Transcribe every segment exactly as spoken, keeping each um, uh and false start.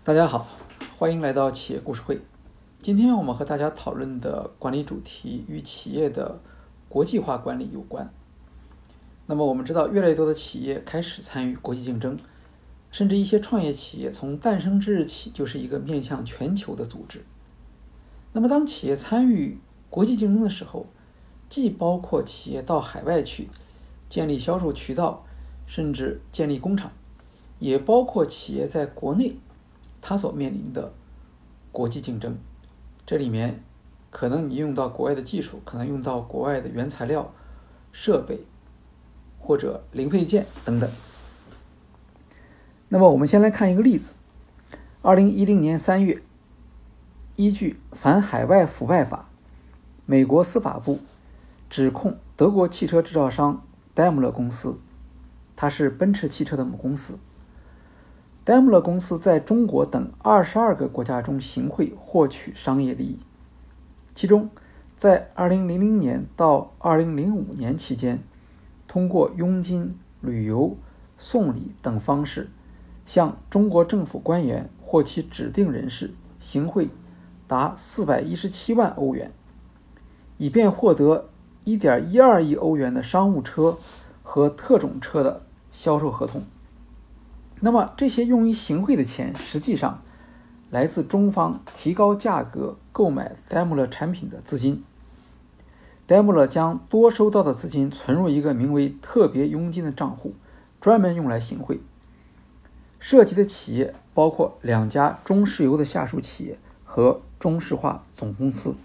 大家好，欢迎来到企业故事会。今天我们和大家讨论的管理主题与企业的国际化管理有关。那么我们知道，越来越多的企业开始参与国际竞争，甚至一些创业企业从诞生之日起就是一个面向全球的组织。那么当企业参与国际竞争的时候，既包括企业到海外去建立销售渠道，甚至建立工厂，也包括企业在国内它所面临的国际竞争。这里面可能你用到国外的技术，可能用到国外的原材料、设备或者零配件等等。那么我们先来看一个例子。二零一零年三月，依据反海外腐败法，美国司法部指控德国汽车制造商戴姆勒公司，它是奔驰汽车的母公司。戴姆勒公司在中国等二十二个国家中行贿获取商业利益，其中在二零零零年到二零零五年期间，通过佣金、旅游、送礼等方式向中国政府官员或其指定人士行贿达四百一十七万欧元，以便获得 一点一二亿欧元的商务车和特种车的销售合同。那么这些用于行贿的钱实际上来自中方提高价格购买戴姆勒产品的资金。戴姆勒将多收到的资金存入一个名为特别佣金的账户，专门用来行贿。涉及的企业包括两家中石油的下属企业和中石化总公司。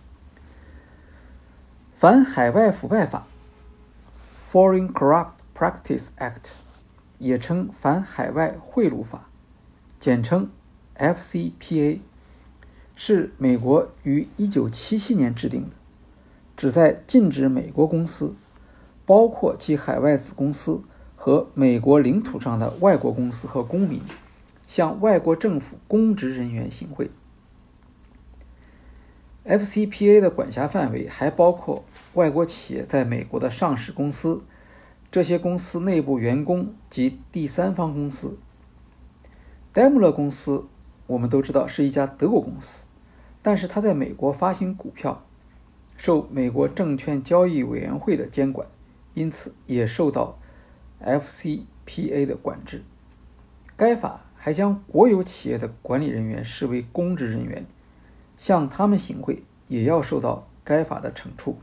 反海外腐败法 Foreign Corrupt Practice Act 也称反海外贿赂法，简称 F C P A， 是美国于一九七七年制定的，旨在禁止美国公司，包括其海外子公司和美国领土上的外国公司和公民，向外国政府公职人员行贿。F C P A 的管辖范围还包括外国企业在美国的上市公司，这些公司内部员工及第三方公司。戴姆勒公司我们都知道是一家德国公司，但是它在美国发行股票，受美国证券交易委员会的监管，因此也受到 F C P A 的管制。该法还将国有企业的管理人员视为公职人员，向他们行贿也要受到该法的惩处。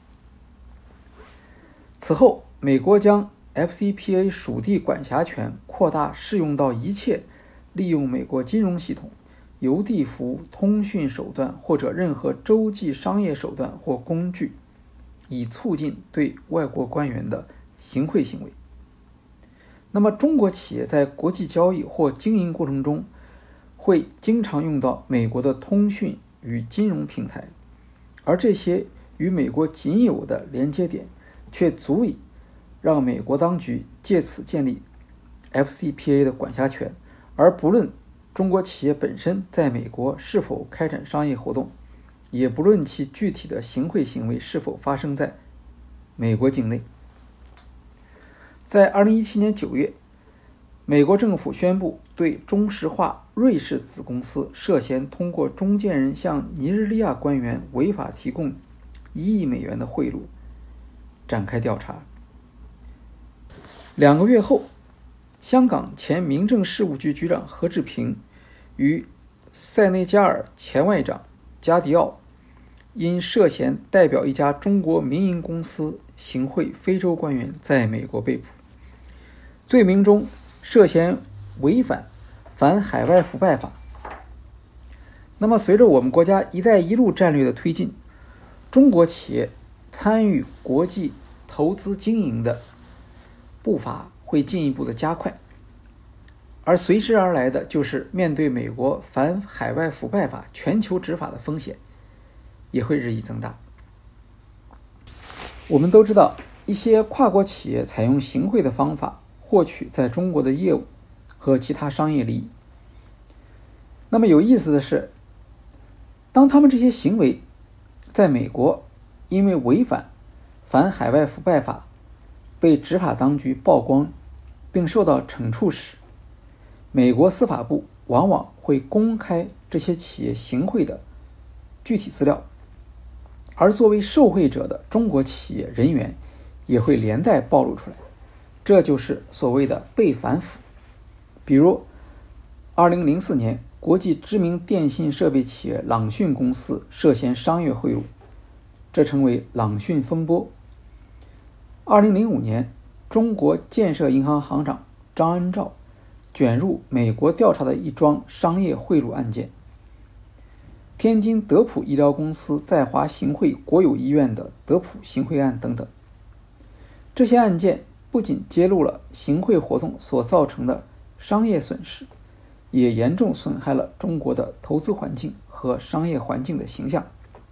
此后，美国将 F C P A 属地管辖权扩大适用到一切利用美国金融系统、邮递服务、通讯手段或者任何洲际商业手段或工具，以促进对外国官员的行贿行为。那么中国企业在国际交易或经营过程中会经常用到美国的通讯与金融平台，而这些与美国仅有的连接点却足以让美国当局借此建立 F C P A 的管辖权，而不论中国企业本身在美国是否开展商业活动，也不论其具体的行贿行为是否发生在美国境内。在二零一七年九月，美国政府宣布对中石化瑞士子公司涉嫌通过中间人向尼日利亚官员违法提供一亿美元的贿赂展开调查。两个月后，香港前民政事务局局长何志平与塞内加尔前外长加迪奥因涉嫌代表一家中国民营公司行贿非洲官员在美国被捕，罪名中涉嫌违反反海外腐败法。那么随着我们国家一带一路战略的推进，中国企业参与国际投资经营的步伐会进一步的加快，而随之而来的就是面对美国反海外腐败法全球执法的风险也会日益增大。我们都知道，一些跨国企业采用行贿的方法获取在中国的业务和其他商业利益。那么有意思的是，当他们这些行为在美国因为违反反海外腐败法被执法当局曝光并受到惩处时，美国司法部往往会公开这些企业行贿的具体资料，而作为受贿者的中国企业人员也会连带暴露出来，这就是所谓的被反腐。比如二零零四年，国际知名电信设备企业朗讯公司涉嫌商业贿赂，这称为朗讯风波。二零零五年，中国建设银行行长张恩兆卷入美国调查的一桩商业贿赂案件。天津德普医疗公司在华行贿国有医院的德普行贿案等等。这些案件不仅揭露了行贿活动所造成的商业损失，也严重损害了中国的投资环境和商业环境的形象。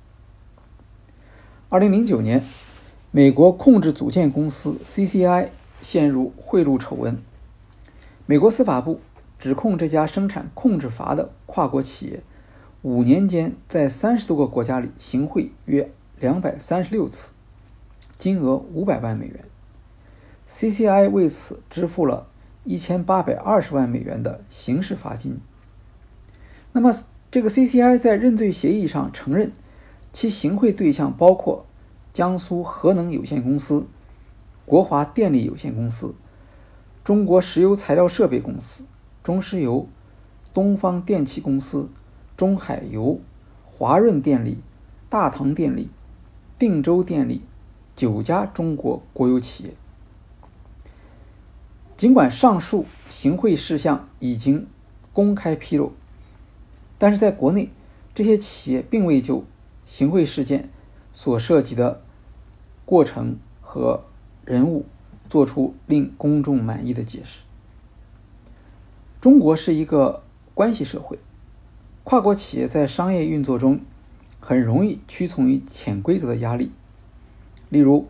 二零零九年，美国控制组件公司 C C I 陷入贿赂丑闻，美国司法部指控这家生产控制阀的跨国企业五年间在三十多个国家里行贿约两百三十六次，金额五百万美元。C C I 为此支付了一千八百二十万美元的刑事罚金。那么这个 C C I 在认罪协议上承认其行贿对象包括江苏核能有限公司、国华电力有限公司、中国石油材料设备公司、中石油、东方电气公司、中海油、华润电力、大唐电力、定州电力九家中国国有企业。尽管上述行贿事项已经公开披露，但是在国内，这些企业并未就行贿事件所涉及的过程和人物做出令公众满意的解释。中国是一个关系社会，跨国企业在商业运作中很容易屈从于潜规则的压力。例如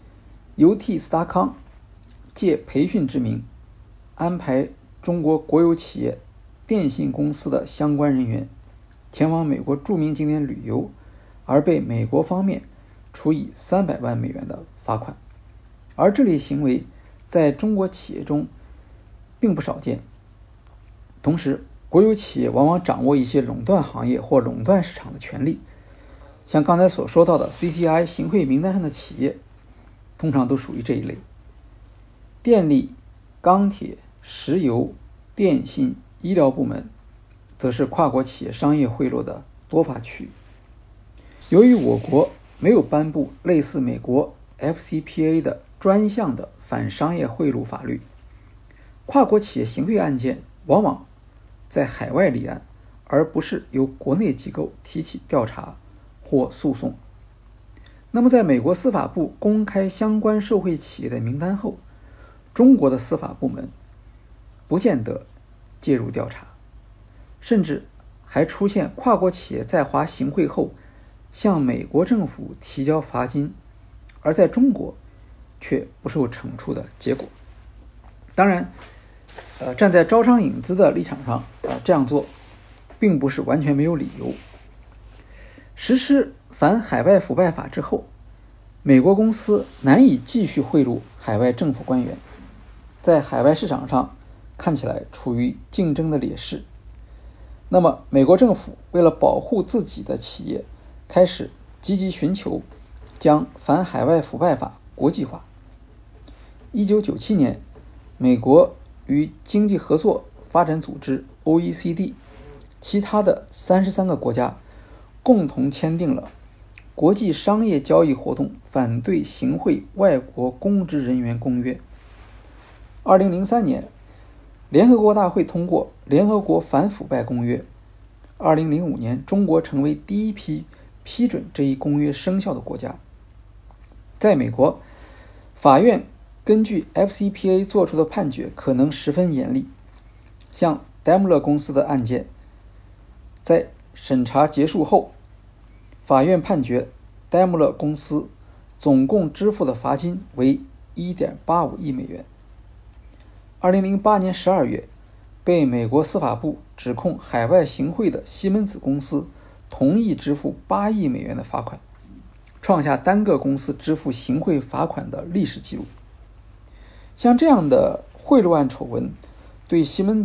U T 斯达康借培训之名，安排中国国有企业电信公司的相关人员前往美国著名景点旅游，而被美国方面处以三百万美元的罚款。而这类行为在中国企业中并不少见。同时，国有企业往往掌握一些垄断行业或垄断市场的权利，像刚才所说到的 C C I 行贿名单上的企业，通常都属于这一类。电力、钢铁、石油、电信、医疗部门则是跨国企业商业贿赂的多发区域。由于我国没有颁布类似美国 F C P A 的专项的反商业贿赂法律，跨国企业行贿案件往往在海外立案，而不是由国内机构提起调查或诉讼。那么在美国司法部公开相关受贿企业的名单后，中国的司法部门不见得介入调查，甚至还出现跨国企业在华行贿后向美国政府提交罚金，而在中国却不受惩处的结果。当然呃，站在招商引资的立场上，呃，这样做并不是完全没有理由。实施反海外腐败法之后，美国公司难以继续贿赂海外政府官员，在海外市场上看起来处于竞争的劣势。那么美国政府为了保护自己的企业，开始积极寻求将反海外腐败法国际化。一九九七年，美国与经济合作发展组织 O E C D 其他的三十三个国家共同签订了国际商业交易活动反对行贿外国公职人员公约。二零零三年，联合国大会通过联合国反腐败公约。二零零五年，中国成为第一批批准这一公约生效的国家。在美国，法院根据 F C P A 做出的判决可能十分严厉，像戴姆勒公司的案件，在审查结束后，法院判决戴姆勒公司总共支付的罚金为 一点八五亿美元。二零零八年十二月，被美国司法部指控海外行贿的西门子公司同意支付八亿美元的罚款，创下单个公司支付行贿罚款的历史记录。像这样的贿赂案丑闻，对西门子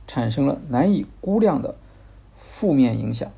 产生了难以估量的负面影响。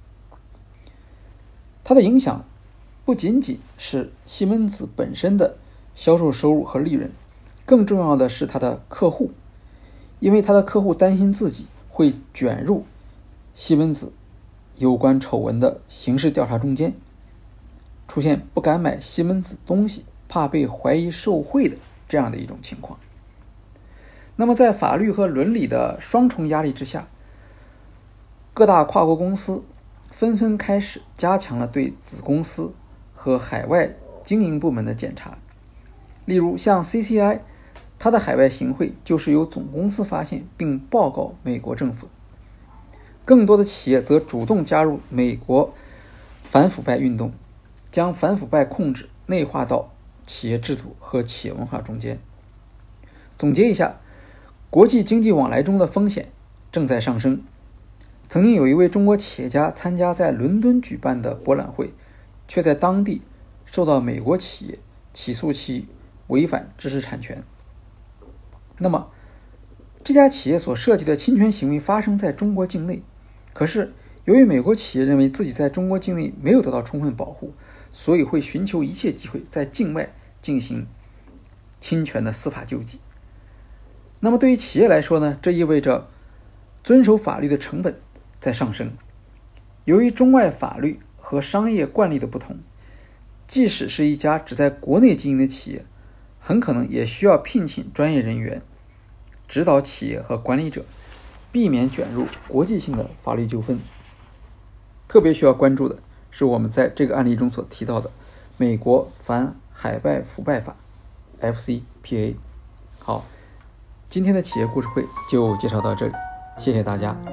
它的影响不仅仅是西门子本身的销售收入和利润，更重要的是它的客户，因为它的客户担心自己会卷入西门子有关丑闻的刑事调查中间，出现不敢买西门子东西，怕被怀疑受贿的这样的一种情况。那么在法律和伦理的双重压力之下，各大跨国公司纷纷开始加强了对子公司和海外经营部门的检查。例如像 C C I， 它的海外行贿就是由总公司发现并报告美国政府。更多的企业则主动加入美国反腐败运动，将反腐败控制内化到企业制度和企业文化中间。总结一下，国际经济往来中的风险正在上升。曾经有一位中国企业家参加在伦敦举办的博览会，却在当地受到美国企业起诉其违反知识产权。那么这家企业所涉及的侵权行为发生在中国境内，可是由于美国企业认为自己在中国境内没有得到充分保护，所以会寻求一切机会在境外进行侵权的司法救济。那么对于企业来说呢，这意味着遵守法律的成本在上升。由于中外法律和商业惯例的不同，即使是一家只在国内经营的企业，很可能也需要聘请专业人员指导企业和管理者，避免卷入国际性的法律纠纷。特别需要关注的是我们在这个案例中所提到的美国反海外腐败法 F C P A。 好，今天的企业故事会就介绍到这里，谢谢大家。